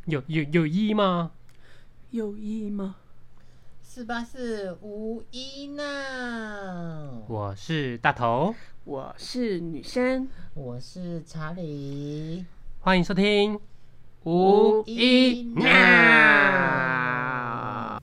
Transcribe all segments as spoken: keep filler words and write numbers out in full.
有有有一吗？ 有一吗？ 四八四无一呢。 我是大头， 我是女生， 我是查理， 欢迎收听无一now。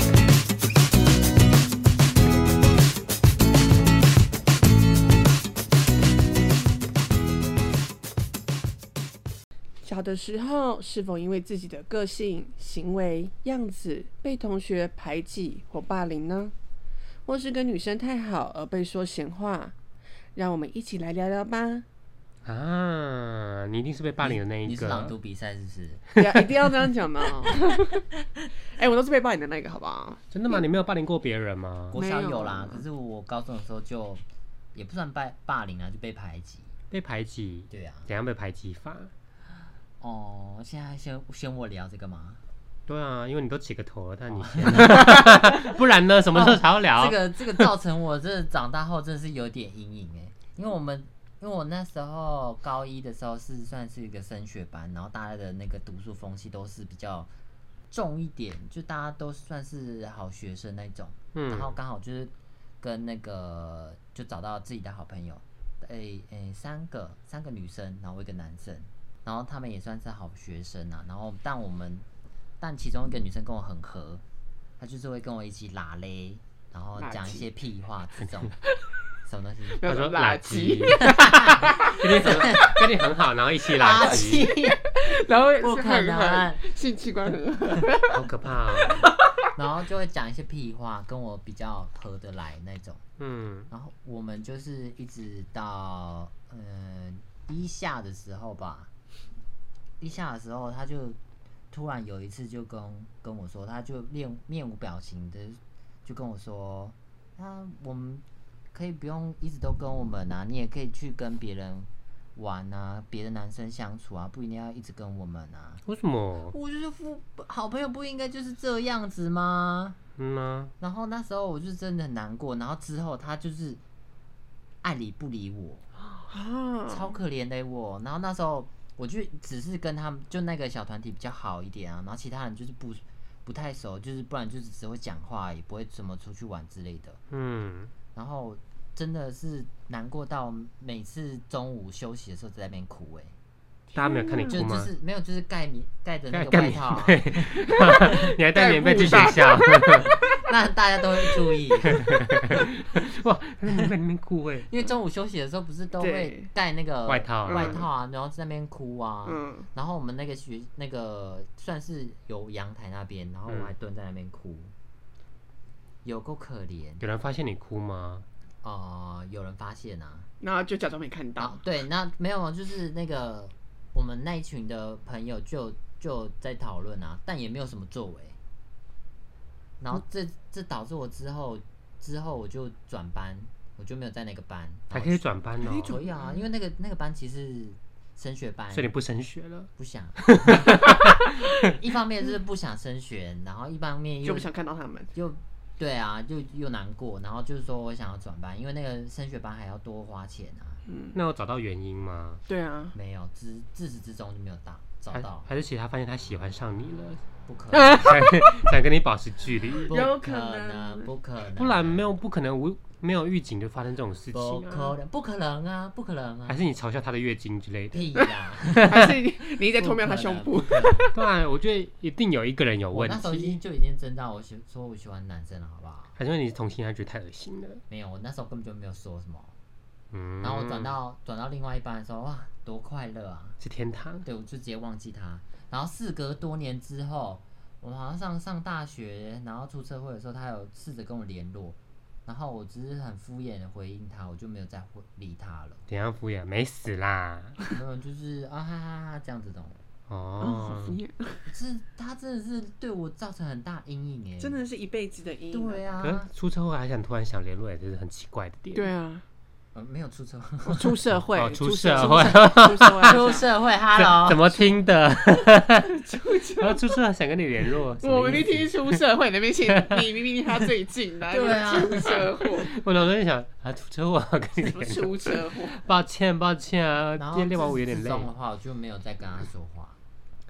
小的时候是否因为自己的个性、行为、样子被同学排挤或霸凌呢？或是跟女生太好而被说闲话？让我们一起来聊聊吧。 啊，你一定是被霸凌的那一个。 你是朗读比赛是不是？ 对啊，一定要这样讲的。哎、欸，我都是被霸凌的那个，好不好？ 真的吗？你没有霸凌过别人吗？ 国小有啦，可是我高中的时候就也不算霸霸凌啊，就被排挤。 被排挤？ 对啊。 怎样被排挤法？ 哦，现在先先我聊这个吗？ 对啊，因为你都起个头了，但你先，不然呢？什么时候才要聊？ 哦、这个这个造成我这长大后真的是有点阴影哎，因为我们因为我那时候高一的时候是算是一个升学班，然后大家的那个读书风气都是比较重一点，就大家都算是好学生那种，嗯、然后刚好就是跟那个就找到自己的好朋友，哎、欸、哎、欸、三个三个女生，然后一个男生。然后他们也算是好学生啊，然后但我们，但其中一个女生跟我很合，她就是会跟我一起拉嘞，然后讲一些屁话这种，什么东西？ 她说垃圾，跟你很跟你很好，然后一起垃圾， 然后不可能， 性器官很合， 好可怕哦。 然后就会讲一些屁话，跟我比较合得来那种。 嗯， 然后我们就是一直到嗯、呃、一下的时候吧。一下的时候，他就突然有一次就跟跟我说，他就面面无表情的就跟我说，啊，我们可以不用一直都跟我们啊，你也可以去跟别人玩啊，别的男生相处啊，不一定要一直跟我们啊。 为什么？ 我就是不好朋友不应该就是这样子吗？ 嗯啊。 然后那时候我就真的很难过，然后之后他就是爱理不理我，啊、超可怜的我。然后那时候。我就只是跟他们就那个小团体比较好一点啊，然后其他人就是不不太熟，就是不然就是只会讲话，也不会怎么出去玩之类的。嗯，然后真的是难过到每次中午休息的时候在那边哭哎、欸。 大家没有看你哭吗？ 就就是没有，就是盖棉盖着那个外套、啊， 你还带棉被去学校， 那大家都会注意。 哇，在棉被里面哭哎！ 因为中午休息的时候不是都会盖那个外套外套啊，然后在那边哭啊。 嗯。然后我们那个学那个算是有阳台那边，然后我还蹲在那边哭，嗯、有够可怜。 有人发现你哭吗？ 哦、呃，有人发现啊， 然后就假装没看到。 啊、对，那没有，就是那个。我们那一群的朋友就就在讨论啊，但也没有什么作为。然后这这导致我之后之后我就转班，我就没有在那个班。 还可以转班哦？ 可以啊，因为那个那个班其实升学班， 所以你不升学了？ 不想。一方面就是不想升学，然后一方面又就不想看到他们。 就对啊，就又难过，然后就是说我想要转班，因为那个升学班还要多花钱啊。 嗯，那有找到原因吗？ 对啊， 没有，自自始至终就没有到找到。 还是其实他发现他喜欢上你了？ 不可能， 想跟你保持距离。 有可能，不可能， 不然没有不可能无没有预警就发生这种事情、啊。 不可能，不可能啊，不可能啊！ 还是你嘲笑他的月经之类的？ 屁呀！ 还是你一直在偷瞄他胸部？ 当然，我觉得一定有一个人有问题。 我那时候已经就已经征到我喜说我喜欢男生了，好不好？ 还是因为你是同性，他觉得太恶心了？ 没有，我那时候根本就没有说什么。嗯，然后我转到转到另外一班的时候，哇，多快乐啊！ 是天堂。 对，我就直接忘记他。然后事隔多年之后，我们好像上上大学，然后出社会的时候，他有试着跟我联络，然后我只是很敷衍的回应他，我就没有再理他了。 怎样敷衍？没死啦。 没有，就是啊哈哈哈这样子的。 哦，好敷衍。 是他真的是对我造成很大阴影哎， 真的是一辈子的阴影。 对啊。 可是出车祸还想突然想联络，也是很奇怪的点。 对啊。 呃，没有出车祸， 出社会， 哦，出社会， 出社会 ，Hello， 怎么听的？然后出社会想跟你联络， 我明明听出社会那边写，你明明离他最近的， 对啊， 出车祸。 我脑袋想啊，出车祸跟你联络， 出车祸， 抱歉抱歉啊，今天练完舞有点累。 然后的话，我就没有再跟他说话。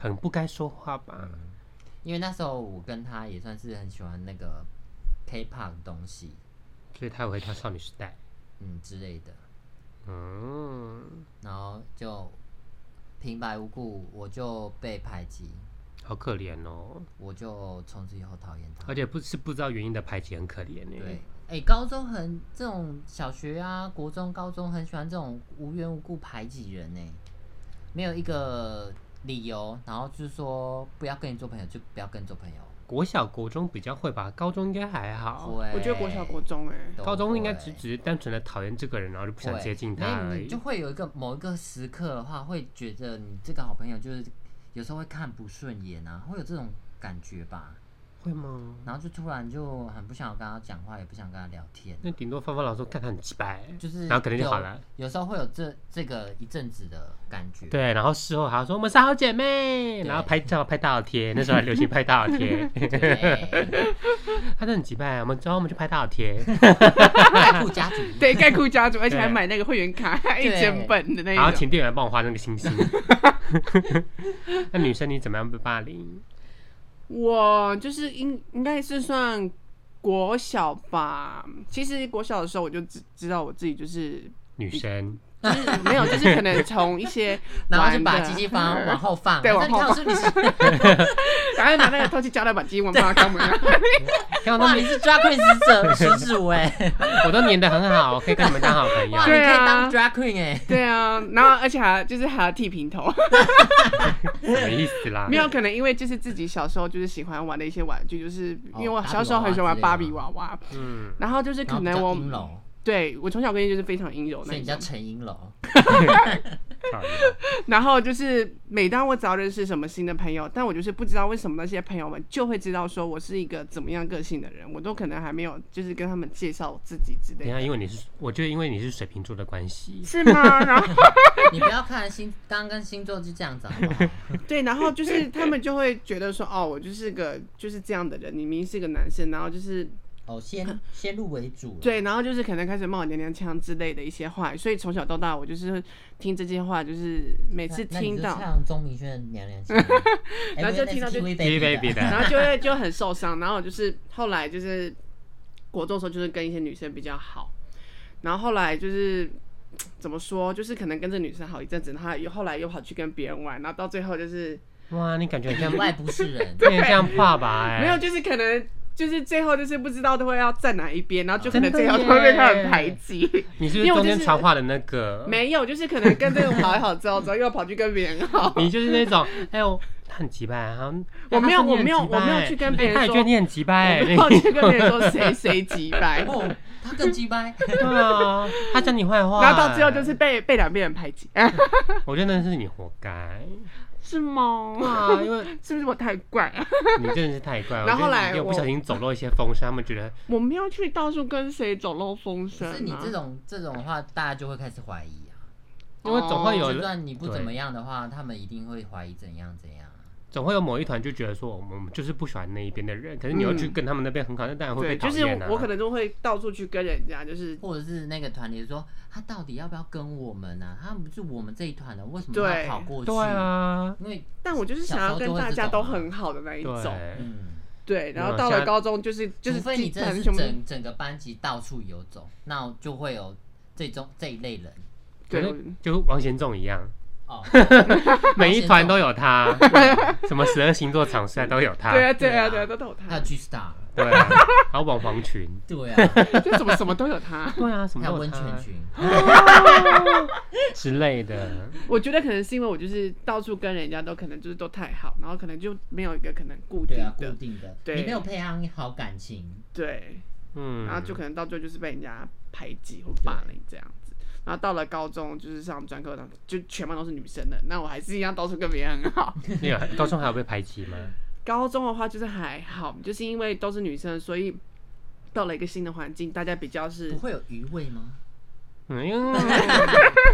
很不该说话吧？ 嗯，因为那时候我跟他也算是很喜欢那个 K-pop 的东西， 所以他也会跳少女时代， 嗯之类的。 嗯， 然后就平白无故我就被排挤， 好可怜哦。 我就从此以后讨厌他。 而且不是不知道原因的排挤很可怜呢。 对，哎、欸，高中很这种小学啊、国中、高中很喜欢这种无缘无故排挤人呢，没有一个理由，然后就是说不要跟你做朋友就不要跟你做朋友。 国小、国中比较会吧，高中应该还好。 我觉得国小、国中哎、 欸， 高中应该只只是单纯的讨厌这个人，然后就不想接近他而已。 你就会有一个某一个时刻的话，会觉得你这个好朋友就是有时候会看不顺眼啊，会有这种感觉吧？ 会吗？ 然后就突然就很不想跟他讲话，也不想跟他聊天。 那顶多芳芳老师看他很鸡掰， 就是然后可能就好了。 有时候会有这这个一阵子的感觉。 对，然后事后还要说我们是好姐妹，然后拍照拍大头贴，那时候还流行拍大头贴。他真的很鸡掰，我们之后我们就拍大头贴。 盖库家族， 对，盖库家族，而且还买那个会员卡，一千本的那种。 然后请店员帮我画那个星星。那女生你怎么样被霸凌？ 我就是应应该是算国小吧。其实国小的时候我就知知道我自己就是女生， 就是没有，就是可能从一些然后就把机器放往后放， 对，往后放， 是你是， 然后拿那个透气胶带把机器往放肛门。 哇，你是 drag queen 始始祖哎， 我都黏得很好，可以跟你们当好朋友。 哇，你可以当 drag queen 哎。 对啊，然后而且还就是还要剃平头。 什么意思啦？ 没有，可能因为就是自己小时候就是喜欢玩的一些玩具，就是因为我小时候很喜欢玩芭比娃娃，嗯，然后就是可能我。对，我从小跟你就是非常阴柔那种， 所以你叫陈阴柔。 然后就是每当我只要认识什么新的朋友，但我就是不知道为什么那些朋友们就会知道说我是一个怎么样个性的人，我都可能还没有就是跟他们介绍我自己之类的。 等一下，因为你是，我觉得因为你是水瓶座的关系， 是吗？然后你不要看星，刚刚星座就这样子好不好？ 对，然后就是他们就会觉得说，哦，我就是个就是这样的人，你明明是个男生，然后就是。 哦，先先入为主， 对，然后就是可能开始冒娘娘腔之类的一些话，所以从小到大我就是听这些话，就是每次听到， 那你就唱钟明轩的娘娘腔， 然后就听到就 T V Baby 的， 然后就会就很受伤，然后就是后来就是国中的时候就是跟一些女生比较好，然后后来就是怎么说，就是可能跟这女生好一阵子，然后又后来又跑去跟别人玩，然后到最后就是哇，你感觉很像外不是人， 有点像爸爸哎， 没有，就是可能。就是最后就是不知道都会要站哪一边，然后就可能最后都会被他们排挤。 你是不是中间传话的那个？ 没有，就是可能跟这个好一好之后，之后又跑去跟别人好。 你就是那种，哎呦，他很急掰， 我没有，我没有，我没有去跟别人说， 他也觉得你很急掰， 我没有去跟别人说谁谁急掰。 哦，他更急掰。 对啊，他讲你坏话， 然后到最后就是被被两边人排挤。 我觉得那是你活该。 是吗？ 啊，因为是不是我太怪啊？ 你真的是太怪了。 然后后来又不小心走漏一些风声，他们觉得我没有去到处跟谁走漏风声、啊。 是你这种这种的话，大家就会开始怀疑啊。 因为总会有， 就算你不怎么样的话，他们一定会怀疑怎样怎样。 总会有某一团就觉得说，我们就是不喜欢那一边的人，可是你要去跟他们那边很好，那、嗯、当然会被讨厌啊。 就是我可能就会到处去跟人家，就是或者是那个团体说，他到底要不要跟我们啊？他不是我们这一团的，为什么要跑过去？ 对啊， 因为但我就是想要跟大家都很好的那一种。 嗯， 对。然后到了高中，就是就是， 除非你真的是整整个班级到处游走，那就会有这种这一类人。 对， 就王贤仲一样。每一团都有他，什么十二星座场赛都有他。 对啊，对啊，对啊，都有他。 还有 G Star， 对啊，还有网黄群， 对啊， 就什么什么都有他。 对啊，什么都有他。 还有温泉群之类的。 我觉得可能是因为我就是到处跟人家都可能就是都太好，然后可能就没有一个可能固定的， 对啊，固定的，对，你没有培养好感情， 对， 嗯， 然后就可能到最后就是被人家排挤或霸凌这样。然后到了高中，就是上专科，就全班都是女生的，那我还是一样到处跟别人很好。 你有高中还有被排挤吗？ 高中的话就是还好，就是因为都是女生，所以到了一个新的环境，大家比较是不会有余味吗？ 嗯，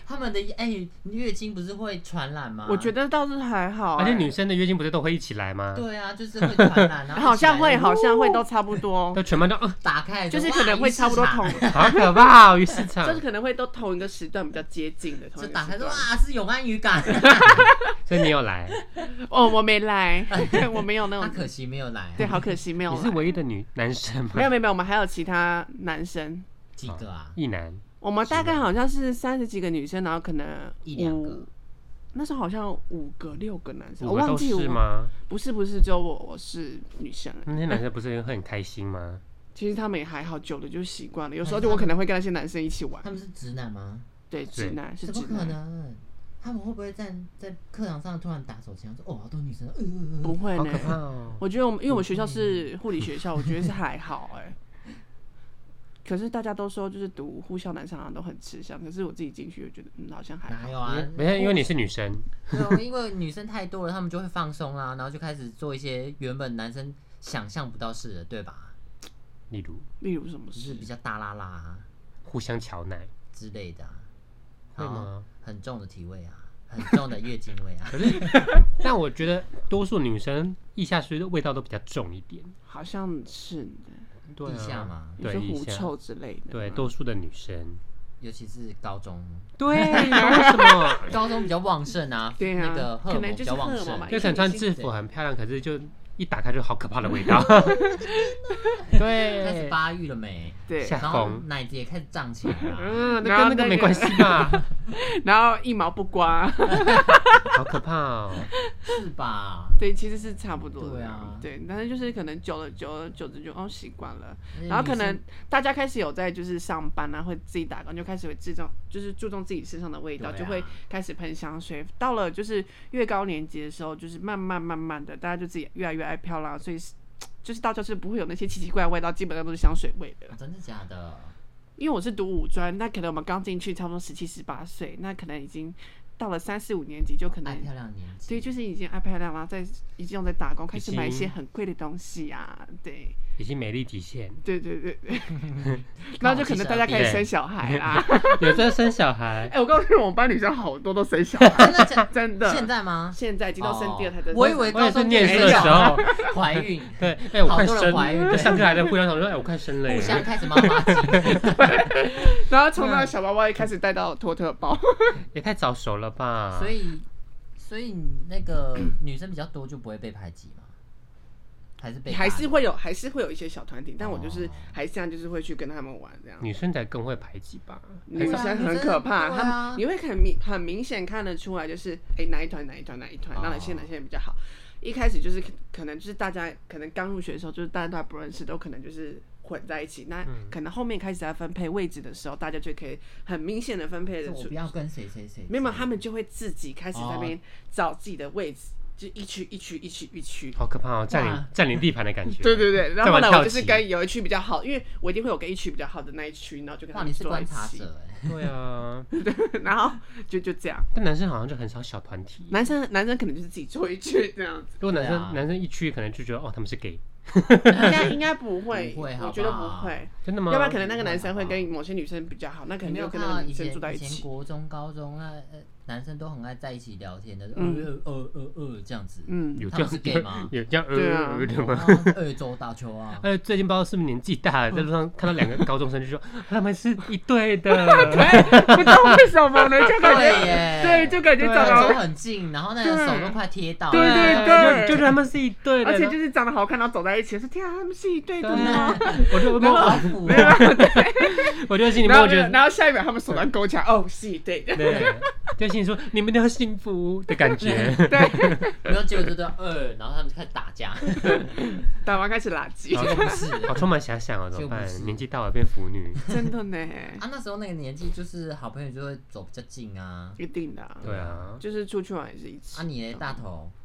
他们的哎、月经不是会传染吗？ 我觉得倒是还好、欸， 而且女生的月经不是都会一起来吗？ 对啊，就是会传染，然后好像会，好像会都都差不多， 都全班都，呃、 打开， 就是可能会差不多同， 好可怕哦，鱼市场， 就是可能会都同一个时段比较接近的，同就一个时段打开说哇是永安渔港， 所以你有来， 哦，我没来，我没有那种， 他可惜没有来， 对，好可惜没有来。 你是唯一的女男生吗？ 没有没有没有，我们还有其他男生， 几个啊？ 一男， 我们大概好像是三十几个女生，然后可能一两个五，那时候好像五个六个男生，我五个都忘记我是吗？ 不是不是，只有我我是女生。 那些男生不是会很开心吗？ 其实他们也还好，久了就习惯了。有时候就我可能会跟那些男生一起玩他。们是直男吗？ 对，直男是怎么可直男， 能？他们会不会在在课堂上突然打手枪，说哦好多女生，呃呃呃不会好可怕呢。 哦！ 我觉得我们因为我们学校是护理学校，我觉得是还好哎、可是大家都说就是读护校男生好像都很吃香，可是我自己进去，我觉得嗯好像还好。 哪有啊？ 没有，因为你是女生， 对啊，因为女生太多了，他们就会放松啦，然后就开始做一些原本男生想象不到事的，对吧？ 例如例如什么事就是比？较大拉拉、啊、 互相瞧奶， 之类的、啊， 会吗？ 很重的体味啊，很重的月经味啊。 可是，但我觉得多数女生腋下水的味道都比较重一点。 好像是的， 对腋下啊， 嘛， 你说狐对腋下臭之类的。 对，多数的女生， 尤其是高中， 对，为什么？ 高中比较旺盛啊， 对啊那个荷尔蒙比较旺盛可能就是荷尔蒙嘛。 就可能穿制服很漂亮，可是就一打开就好可怕的味道。对， 开始发育了没？ 对， 下然后风， 奶子也开始胀起来了。 嗯，那然后那个跟那个没关系吧？ 然后一毛不刮， 好可怕哦！ 是吧？ 对，其实是差不多的。 对啊对，但是就是可能久了久了久着就哦习惯了， 而且然后可能女生大家开始有在就是上班啊，会自己打工，就开始会注重就是注重自己身上的味道， 对啊就会开始喷香水。到了就是越高年级的时候，就是慢慢慢慢的，大家就自己越来越爱漂亮，所以就是到教室不会有那些奇奇怪怪的味道，基本上都是香水味的。 哦真的假的？ 因为我是读五专，那可能我们刚进去差不多十七十八岁，那可能已经到了三四五年级，就可能爱漂亮的年纪， 对，就是已经爱漂亮，然后在已经有在打工，开始买一些已经很贵的东西啊，对， 已经美丽极限， 对对对对，然后就可能大家开始生小孩啦。 有在生小孩哎、，我告诉你，我们班女生好多都生小孩， 真的假？ 真的。 现在吗？ 现在已经都生第二胎的、 哦我以为我也是高中念书的就没有时候， 怀孕， 对，哎，我好多人快生怀孕了，上课还在互相讨论，哎，我快生了耶互，相开始妈妈机。 然后从那个小包包一开始带到托特包， 也太早熟了吧？ 所以，所以那个女生比较多就不会被排挤吗？还是被打还是会有还是会有一些小团体，但我就是哦还是这样，就是会去跟他们玩这样。 女生才更会排挤吧？ 女生很可怕， 对啊他们你会很明很明显看得出来，就是哎、哪一团哪一团哪一团， 哦那哪些哪些人比较好。一开始就是可可能就是大家可能刚入学的时候，就是大家都还不认识，都可能就是混在一起。那嗯可能后面开始在分配位置的时候，大家就可以很明显的分配的出就我不。要跟谁谁谁。 没有，他们就会自己开始在那边找自己的位置，就一区一区一区一区。 好可怕哦，占领哇占领地盘的感觉。 对对对，然后后来干嘛跳棋我就是跟有一区比较好，因为我一定会有跟一区比较好的那一区，然后就跟他哇， 们你是坐在一起， 观察者哎。 对啊， 然后就就这样。 但男生好像就很少小团体。 男生男生可能就是自己做一区这样子， 如果男生、 对啊男生一区，可能就觉得哦他们是 gay， 应该应该不会， 不会好不好我觉得不会。 真的吗？ 要不然可能那个男生会跟某些女生比较好，那可能你没有就跟那个女看到以前生住在一起。 以前国中、高中啊，呃男生都很爱在一起聊天的，呃嗯呃呃呃呃这样子。 嗯， 有这样他们是 gay 吗有这样呃对啊呃的吗？ 啊二周打球啊， 呃，最近不知道是不是年纪大了，在路上看到两个高中生就说他们是一对的， 不知道为什么呢，就感对觉耶， 对，就感觉对长走得， 很近，然后那个手都快贴到， 对对对就就觉得他们是一对的， 而且就是长得好看，然后走在一起，说天啊，他们是一对的对吗？ 我就我就好腐没有， 我就心里然后面我觉得然后下一秒他们手端勾起来，哦，是一对的， 对，就心里说你们都要幸福的感觉。 对， 然后结果就这样呃，然后他们就开始打架， 打完开始垃圾， 结果不是好充满遐想哦，怎么办就不？是年纪大了变腐女， 真的呢， 啊，那时候那个年纪就是好朋友就会走比较近啊。 一定的啊， 对啊， 就是出去玩也是一起。 啊，你嘞大头，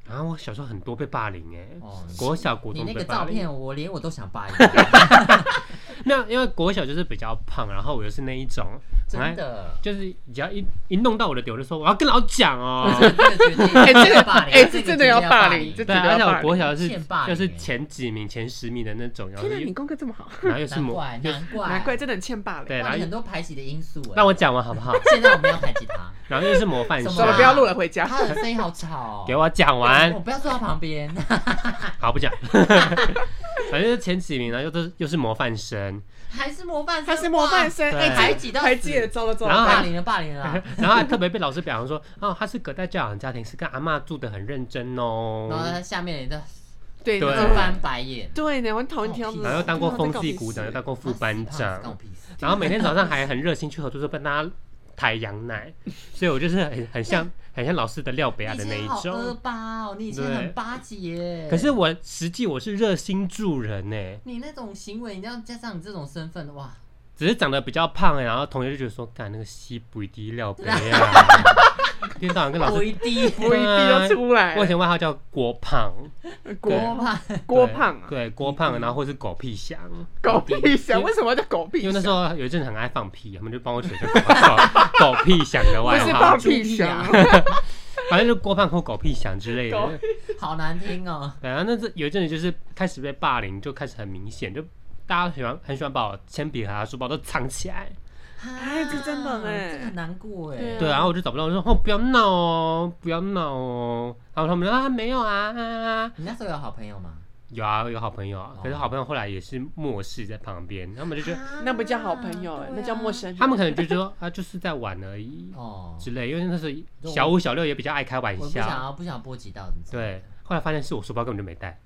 然后我小时候很多被霸凌哎、欸， 哦， 国小国你那中被霸凌。 个照片，我连我都想霸凌。 没有，因为国小就是比较胖，然后我又是那一种， 真的， 就是只要一一弄到我的点，我就说我要跟老师讲哦。 这个绝对，哎， 这个霸凌， 哎这真的要霸凌这对，而且我国小是欠霸凌就是前几名、前十名的那种，然后天哪，你功课这么好， 然后又是模， 难怪就难怪难怪真的很欠霸凌。 对，然后哇你很多排挤的因素哎。 让我讲完好不好？ 现在我们要排挤他， 然后又是模范生什么啊， 走了，不要录了，回家。 他的声音好吵哦。 给我讲完我。不要坐他旁边。 好，不讲。反正就是前几名呢，又都是又是模范生， 还是模范生， 他是模范生， 对哎， 排挤到死排挤也糟了糟了。 然后还霸凌了霸凌了。 然后还特别被老师表扬说，哦，他是隔代教养家庭，是跟阿嬷住的很认真哦。 然后他下面人的对对一翻白眼， 对呢，我很讨厌听到这种。 然后又当过风对啊纪股长，又当过副班干长我，屁事。 然后每天早上还很热心去合作社帮大家抬羊奶，所以我就是很很像很像老师的廖北亚的那一你以前好种。 恶霸哦，你以前很巴结耶。 可是我实际我是热心助人呢， 你那种行为，你要加上你这种身份，哇， 只是长得比较胖，然后同学就觉得说，干那个西不一滴廖北亚，一天到晚跟老师不一定， 不一定要出来。 我以前外号叫郭胖， 郭胖， 郭胖啊， 对郭胖，然后或是狗屁翔， 狗屁翔，为什么叫狗屁翔？ 因为那时候有一阵很爱放屁，他们就帮我取个狗狗屁翔的外号不是放，屁翔， 反正就郭胖或狗屁翔之类的。 好难听哦。 对，然后那是有一阵子就是开始被霸凌，就开始很明显，就大家喜欢很喜欢把我铅笔盒、书包都藏起来。 哎这真的哎这个很难过哎。 对啊对，然后我就找不到，我说哦不要闹哦，不要闹哦。然后他们说啊没有啊，啊你那时候有好朋友吗？ 有啊有好朋友啊，可是好朋友后来也是漠视在旁边，他们就觉得那不叫好朋友，那叫陌生人。 他们可能就说啊就是在玩而已哦， 之类，因为那时候小五小六也比较爱开玩我不想笑。 要不想波及到你。 对，后来发现是我书包根本就没带。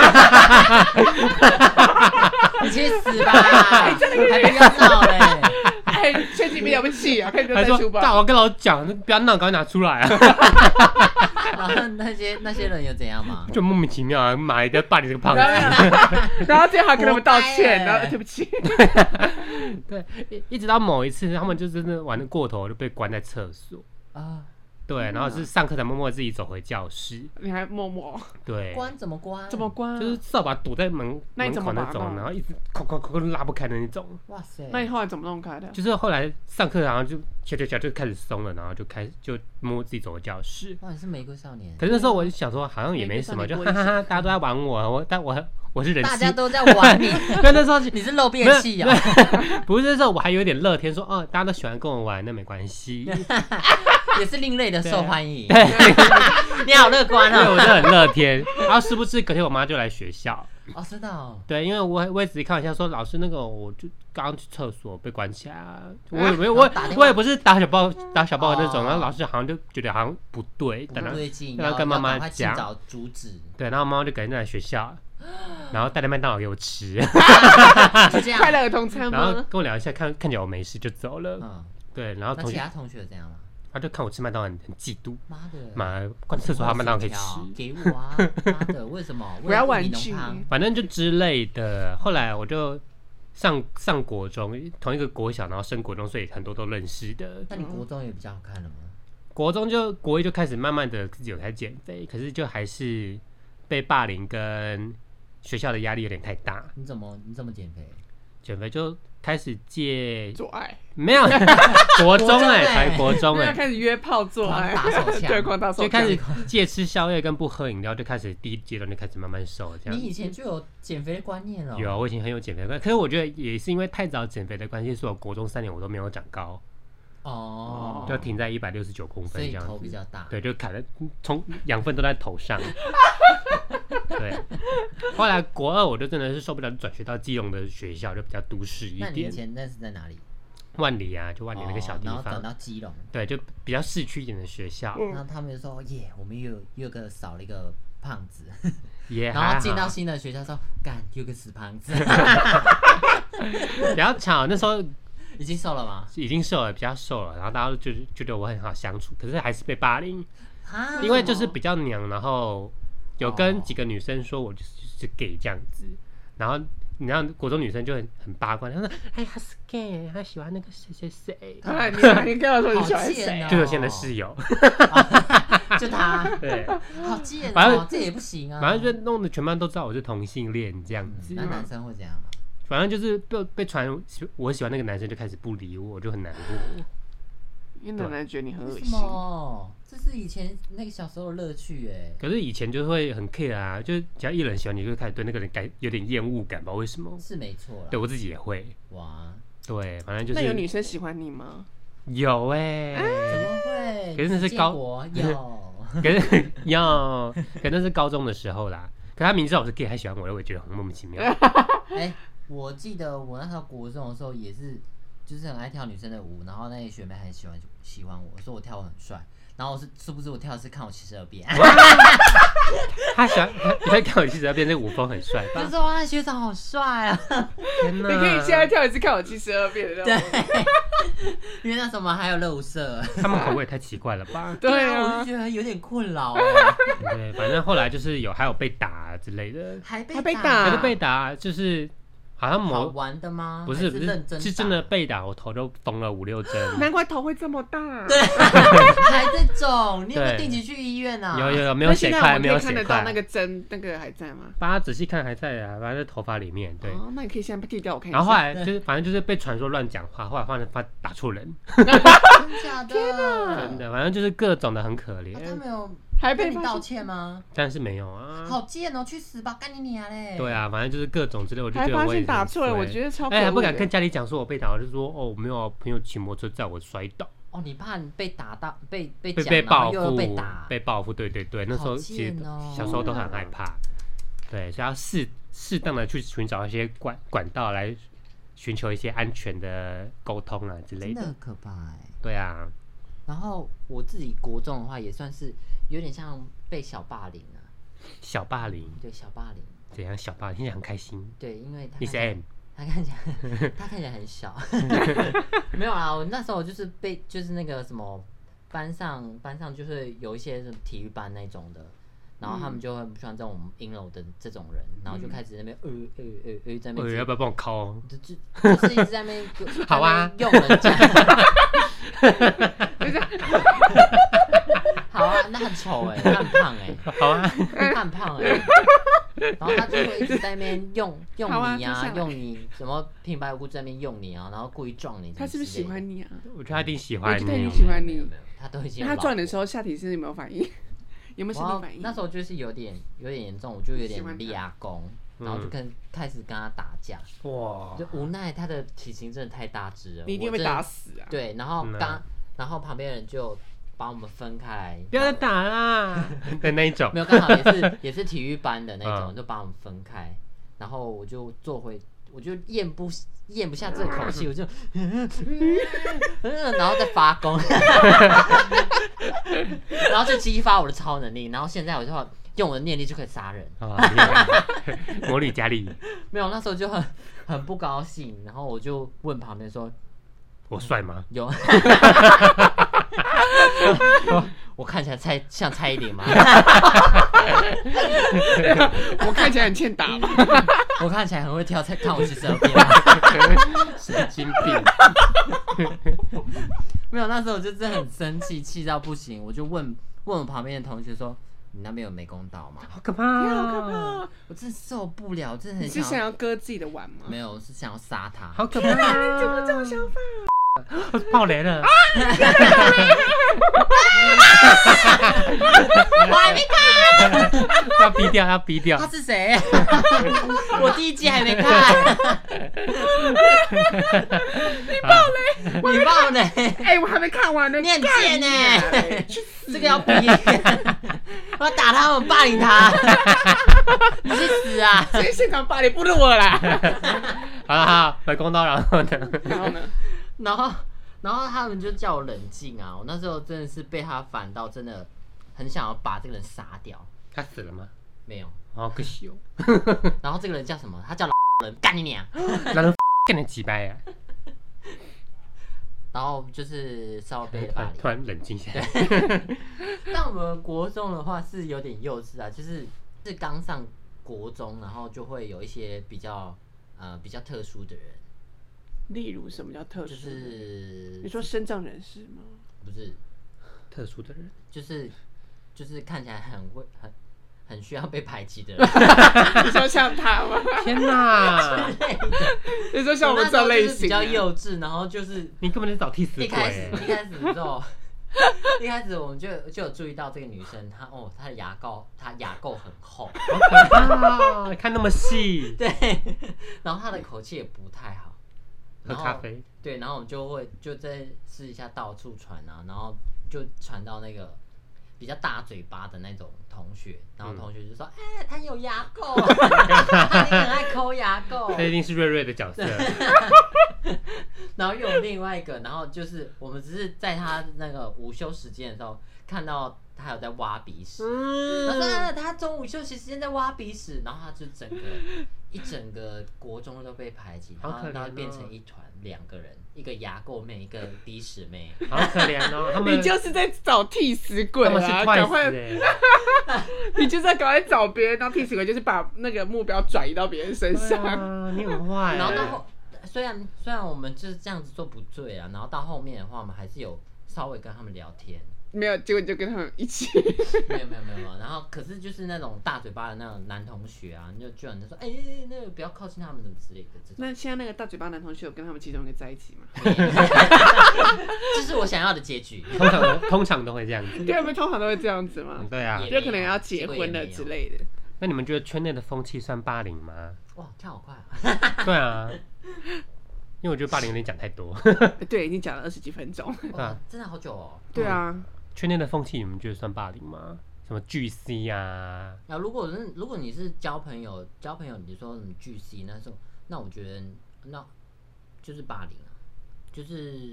你去死吧！还不要闹嘞！ 哎，前几名了不起啊，可以不要他说：“ 带书包。 干，我跟老师讲，不要闹，赶快拿出来啊！” 然后那些那些人有怎样吗？ 就莫名其妙啊，妈一定要霸凌这个胖子。 然后最后还跟他们道歉， 活该欸然后对不起。 对，一一直到某一次，他们就真的玩的过头，就被关在厕所。 啊， 对，然后是上课才默默自己走回教室。 你还默默对， 关怎么关？ 怎么关？ 就是扫把堵在门门那你怎么把它口那种， 弄然后一直扣扣扣扣拉不开的那种。 哇塞！ 那你后来怎么弄开的？ 就是后来上课，然后就悄悄悄就开始松了，然后就开始就默默自己走回教室。 哇，你是玫瑰少年， 可是那时候我就想说，好像也没什么，就玫瑰少年哈哈哈，大家都在玩我，我但我我是人气， 大家都在玩你， 因为那时候你是漏便器啊？ 不是那时候我还有点乐天说，哦，大家都喜欢跟我玩，那没关系。 也是另类的受欢迎。 对， 你好乐观对，我哦！ 就很乐天。然后殊不知隔天我妈就来学校， 哦，知道。 对，因为我我也只是开玩笑说，老师那个我就刚刚去厕所被关起来啊，我也没有我打电话我也不是打小报打小报的那种， 哦然后老师好像就觉得好像不对， 不等到对劲， 要跟妈妈要赶快尽讲早阻止， 对，然后妈妈就赶紧来学校，然后带了麦当劳给我吃， 就这样。 快乐儿童餐然后吗？ 跟我聊一下，看看起来我没事就走了。 嗯， 对，然后同学那其他同学有这样吗？ 他就看我吃麦当劳很很嫉妒， 妈的， 妈关厕所还有麦当劳可以吃， 给我啊！妈的，为什么？ 我要玩具。 反正就之类的。后来我就上上国中，同一个国小，然后升国中，所以很多都认识的。 那你国中也比较好看了吗？ 国中就国一就开始慢慢的自己有开始减肥，可是就还是被霸凌跟学校的压力有点太大。 你怎么你怎么减肥？ 减肥就开始戒， 做爱， 没有国中哎、 国中欸才国中哎、 要开始约炮做爱， 狂打手枪对，狂打手枪， 就开始戒吃宵夜跟不喝饮料，就开始第一阶段就开始慢慢瘦这样。 你以前就有减肥的观念了？ 有啊，我以前很有减肥的观念，可是我觉得也是因为太早减肥的关系，所以我国中三年我都没有长高， 哦， 就停在一百六十九公分所以这样子。 头比较大。 对，就砍了，从养分都在头上。对，后来国二我就真的是受不了，转学到基隆的学校，就比较都市一那你以点。 前那是在哪里？ 万里啊，就万里那个小地方， 哦然后转到基隆， 对，就比较市区一点的学校， 嗯然后他们就说耶，我们又有又有个少了一个胖子， 也还好然后进到新的学校说干又个死胖子， 比较巧。那时候已经瘦了吗？ 已经瘦了，比较瘦了，然后大家都就是觉得我很好相处，可是还是被霸凌， 啊因为就是比较娘，然后有跟几个女生说我就是就是 gay 这样子，然后你知道国中女生就很很八卦，她说哎他是 gay， 他喜欢那个谁谁谁。 啊，你你跟我说你喜欢谁？ 哦、 就有现在室友， 就他， 对， 好贱反正哦，这也不行啊。 反正就弄得全班都知道我是同性恋这样子。 那、嗯、男生会这样吗？ 反正就是被被传我喜欢那个男生就开始不理我，我就很难过。 因为奶奶觉得你很恶心。 为什么？这是以前那个小时候的乐趣哎。 可是以前就会很 care 啊，就是只要一人喜欢你，就会开始对那个人感有点厌恶感，不知道为什么。 是没错啦。 对我自己也会。 哇。 对，反正就是。 那有女生喜欢你吗？ 有哎、欸。 怎么会？ 可是那是高有。 可是有，可能是高中的时候啦。可他明知道我是 gay 还喜欢我，我也觉得很莫名其妙。 哎、欸，我记得我那时候国中的时候也是。就是很爱跳女生的舞，然后那些学妹很喜欢喜欢我，说我跳舞很帅，然后我是殊不知我跳的是看我七十二变。 他喜欢他在看我七十二变，那个舞风很帅。 就说哇，学长好帅啊！ 天哪！ 你可以现在跳一次看我七十二变的。 对，因为那时候我们还有热舞社。 他们口味也太奇怪了吧？ 对啊，我就觉得有点困扰哎。 对，反正后来就是有还有被打之类的， 还被还被打， 可是被打就是好像好玩的吗？ 不是， 不是， 是真的被打，我头都缝了五六针。 难怪头会这么大。 对，还这种，你有没有定期去医院啊？ 有有有，没有血块，没有血块。 看得到那个针，那个还在吗？ 把它仔细看还在啊，反正在头发里面。对。 哦，那你可以现在剃掉我看一下。 然后后来就是反正就是被传说乱讲话，后来发现发打错人。 真假的？ 天哪！ 真的，反正就是各种的很可怜。 他没有。 还被你道歉吗？ 但是没有啊。 好贱哦，去死吧，干你娘嘞！ 对啊，反正就是各种之类，我就觉得我也还发现打错了，我觉得超可恶的。 哎，还不敢跟家里讲说我被打，我就说哦，没有朋友骑摩托车载我摔倒。 哦，你怕你被打到被被被被报复， 被打， 被报复，对对对，那时候其实小时候都很害怕，对，所以要适适当的去寻找一些管管道来寻求一些安全的沟通啊之类的。 真的很可怕哎。 对啊。 然后我自己国中的话也算是有点像被小霸凌啊。 小霸凌。 对，小霸凌。 怎样小霸凌？听起来很开心。 对，因为他你是 M， 他看起来他看起来很小。没有啦，我那时候就是被就是那个什么班上班上就是有一些体育班那种的，然后他们就很不喜欢这种阴柔的这种人，然后就开始在那边呃呃呃呃在那边。 要不要帮我敲？ 就就就是一直在那边。 好啊， 用人家。好啊，那很丑哎、欸，他很胖哎、欸， 好啊， 他很胖哎、欸，然后他就会一直在那边用用你啊，啊用你什么平白无故在那边用你啊，然后故意撞你。 他是不是喜欢你啊？ 我觉得他一定喜欢你， 我觉得他一定喜欢你。 他都已经。 他撞你的时候，下体是有没有反应？有没有身体反应？ 那时候就是有点有点严重，我就有点立阿公，然后就跟开始跟他打架。哇！就无奈他的体型真的太大只了， 你一定会被打死啊！ 对，然后刚然后旁边人就。把我们分开来， 不要再打啦的那一种， 没有刚好也是也是体育班的那种，嗯、就把我们分开，然后我就坐回，我就咽不咽不下这口气，我就，然后再发功，然后就激发我的超能力，然后现在我就用我的念力就可以杀人， 哦、魔女佳丽， 没有那时候就很很不高兴，然后我就问旁边说， 我帅吗？ 有。我看起来蔡像蔡依林吗？ 我看起来很欠打吗？ 我看起来很会跳，看我七十二变。 神经病！ 没有，那时候我就真的很生气，气到不行。我就问问我旁边的同学说：“你那边有美工刀吗？” 好可怕、啊！ 好可怕！ 我真的受不了，真的很想。你是想要割自己的碗吗？ 没有，我是想要杀他。 好可怕、啊！ 你怎么这种想法？ 爆雷了！啊！ 我还没看， 要逼掉，要逼掉。 他是谁？我第一集还没看。 你爆雷！ 你爆雷！ 哎、欸，我还没看完呢。 你很贱呢！这个要逼！我要打他，我霸凌他。你去死啊！ 所以现场霸凌不是我啦。 好了好，回公道，然后呢？ 然后呢？ 然后，然后他们就叫我冷静啊！我那时候真的是被他烦到，真的很想要把这个人杀掉。 他死了吗？ 没有。 好可惜哦。 然后这个人叫什么？他叫老人，干你娘！ 老人干你几掰呀！ 然后就是稍微被霸凌， 突然冷静下来。 但我们国中的话是有点幼稚啊，就是是刚上国中，然后就会有一些比较呃比较特殊的人。 例如什么叫特殊？ 就是你说身障人士吗？ 不是， 特殊的人， 就是就是看起来很会很很需要被排挤的人。 你说像他吗？ 天哪！ 你说像我们这类型、啊， 比较幼稚，然后就是你根本就找替死鬼。 一开始一开始之后，一开始我们就就有注意到这个女生，她哦，她的牙垢，她牙垢很厚， 好可怕，看那么细。 对，然后她的口气也不太好。 喝咖啡， 对，然后我们就会就在试一下到处传啊，然后就传到那个比较大嘴巴的那种同学，然后同学就说：“哎、嗯欸，他有牙垢，他很爱抠牙垢。” 这一定是瑞瑞的角色。 然后又有另外一个，然后就是我们只是在他那个午休时间的时候看到他有在挖鼻屎，嗯、然后说、啊、他中午休息时间在挖鼻屎，然后他就整个。一整个国中都被排挤，然后然后变成一团两个人，一个牙垢妹，一个鼻屎妹， 好可怜哦。他们你就是在找替死鬼啊！赶快，你就是在赶快找别人当替死鬼，就是把那个目标转移到别人身上。 啊、你很坏。 然后到后，虽然虽然我们就是这样子做不对啊，然后到后面的话，我们还是有稍微跟他们聊天。 没有，结果你就跟他们一起。 没有没有没有没有，然后可是就是那种大嘴巴的那种男同学啊，你就居然就说，哎、欸，那个不要靠近他们，什么之类的。 那现在那个大嘴巴男同学有跟他们其中一个在一起吗？ 这是我想要的结局。 通常通常都会这样子。 对，他们通常都会这样子嘛。 对啊， 就可能要结婚了之类的。 那你们觉得圈内的风气算霸凌吗？ 哇，跳好快啊！ 对啊。因为我觉得霸凌有点讲太多。 对，已经讲了二十几分钟。 哇，真的好久哦。 对啊。 圈内的风气，你们觉得算霸凌吗？什么巨 C 呀、啊？ 啊，如果是如果你是交朋友，交朋友，你说什么巨 C，那时候，那我觉得那就是霸凌啊，就是。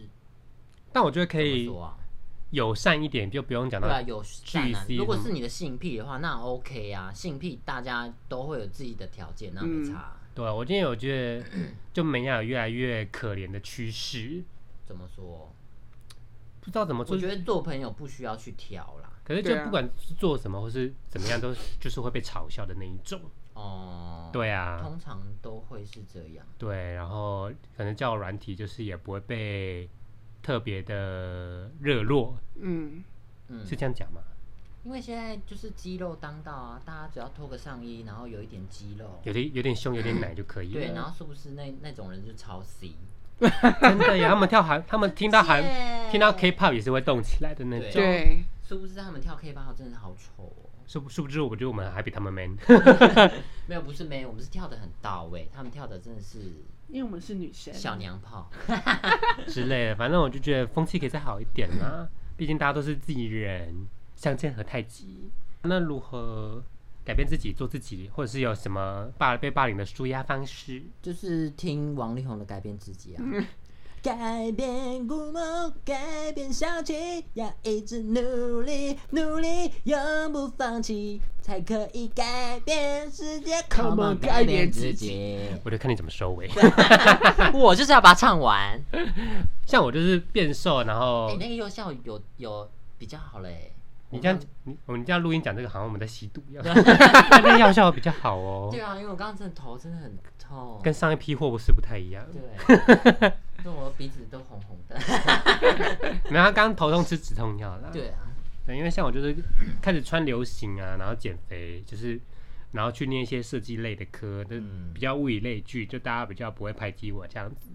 但我觉得可以友善一点，就不用讲到对啊，友善啊。如果是你的性癖的话，那 OK 啊，性癖大家都会有自己的条件，那没差。 嗯、对啊，我今天有觉得，就美雅有越来越可怜的趋势。 怎么说？ 不知道怎么做， 我觉得做朋友不需要去挑啦。 可是就不管是做什么或是怎么样，都就是会被嘲笑的那一种。哦，对啊， 通常都会是这样。 对，然后可能交友软体就是也不会被特别的热络。嗯嗯，是这样讲吗？ 因为现在就是肌肉当道啊，大家只要脱个上衣，然后有一点肌肉， 有点有点胸，有点奶就可以了。 对，然后是不是那那种人就超 C？ 真的呀，他们跳韩，他们听到韩，听到 K-pop 也是会动起来的那种。 对， 是不是他们跳 K-pop 真的好丑哦？ 是不是不是？我觉得我们还比他们 man。 没有，不是 man， 我们是跳得很到位，他们跳的真的是， 因为我们是女生， 小娘炮之类的。反正我就觉得风气可以再好一点啦，毕竟大家都是自己人，相煎何太急。那如何改变自己，做自己，或者是有什么霸被霸凌的抒压方式？ 就是听王力宏的《改变自己》啊。嗯、改变古梦，改变小气，要一直努力，努力永不放弃，才可以改变世界。Come on， 改变自己。 我就看你怎么收尾。 我就是要把它唱完。 像我就是变瘦，然后， 哎、欸，那个幼效有有比较好嘞。 你这样，你我们这样录音讲这个，好像我们在吸毒一样。但是药效比较好哦。 对啊，因为我刚刚真的头真的很痛， 跟上一批货不是不太一样。 对，就我鼻子都红红的。 没有，他刚刚头痛吃止痛药啦。 对啊， 对，因为像我就是开始穿流行啊，然后减肥，就是然后去念一些设计类的科，就比较物以类聚，就大家比较不会排挤我这样子。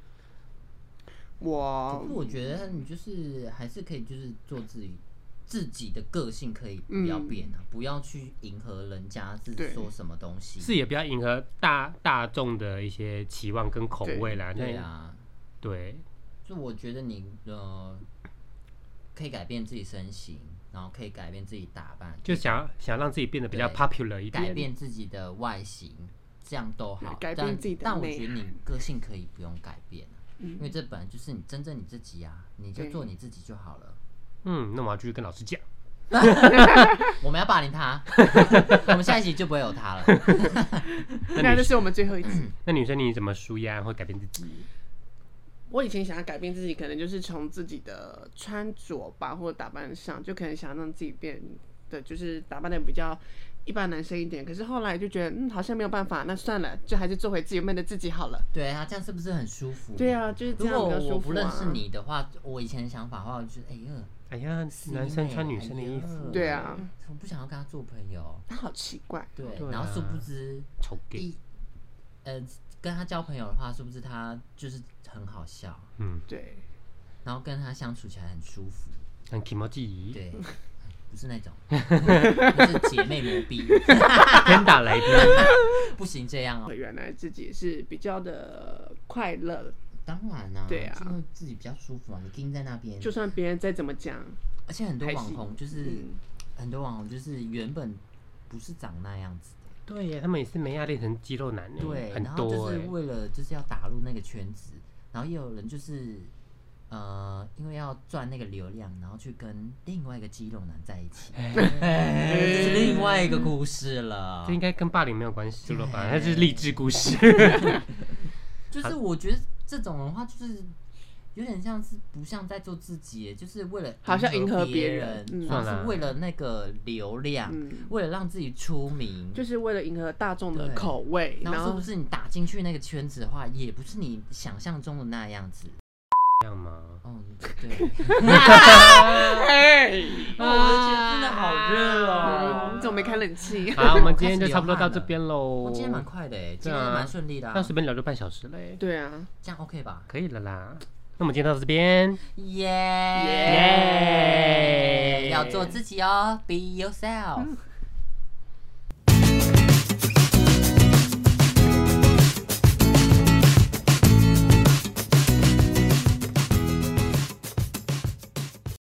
我，可是我觉得你就是还是可以，就是做自己。自己的个性可以不要变啊，嗯、不要去迎合人家是说什么东西， 是也不要迎合大大众的一些期望跟口味啦。 对啊， 对， 就我觉得你呃可以改变自己身形，然后可以改变自己打扮， 就想想让自己变得比较 popular 一点， 改变自己的外形，这样都好。 改变自己的但，但我觉得你个性可以不用改变、啊嗯、因为这本来就是你真正你自己啊，你就做你自己就好了。 嗯，那我要继续跟老师讲， 我们要霸凌他，我们下一集就不会有他了。 那这是我们最后一集。 那女生你怎么抒压或改变自己？ 我以前想要改变自己，可能就是从自己的穿着吧，或者打扮上，就可能想让自己变得就是打扮的比较一般男生一点，可是后来就觉得嗯好像没有办法，那算了，就还是做回自己原本的自己好了。 对啊，这样是不是很舒服？ 对啊，就是这样比较舒服、啊、 如果我不认识你的话，我以前的想法的话，我就觉得哎呀， 哎呀，男生穿女生的衣服， 对啊， 我不想要跟他做朋友， 他好奇怪。 对， 对啊、 然后殊不知， 丑 gay， 呃，跟他交朋友的话，殊不知他就是很好笑， 嗯， 对， 然后跟他相处起来很舒服， 很 kimoji， 对。不是那种，那是姐妹磨逼， 天打雷劈， 不行这样哦。 原来自己是比较的快乐， 当然啦、啊， 对啊， 因为自己比较舒服嘛，你盯在那边， 就算别人再怎么讲， 而且很多网红就是、 嗯、 很多网红就是原本不是长那样子的，对耶，他们也是没压练成肌肉男耶， 对， 很多然后就是为了就是要打入那个圈子，然后也有人就是。呃，因为要赚那个流量，然后去跟另外一个肌肉男在一起，这是另外一个故事了。 这应该跟霸凌没有关系了吧？它是励志故事。 就是我觉得这种的话，就是有点像是不像在做自己，就是为了好像迎合别人， 嗯、 然后是为了那个流量，嗯、为了让自己出名， 就是为了迎合大众的口味。 然后是不是你打进去那个圈子的话，也不是你想象中的那样子。 这样吗？ 哦，对。 哎， 我的天，真的好热哦！ 你怎么没开冷气？ 好，我们今天就差不多到这边喽。 我今天蛮快的哎，今天蛮顺利的。 那随便聊就半小时嘞。 对啊， 这样 OK 吧？ 可以了啦。那我们今天到这边， 耶耶！要做自己哦 ，Be yourself。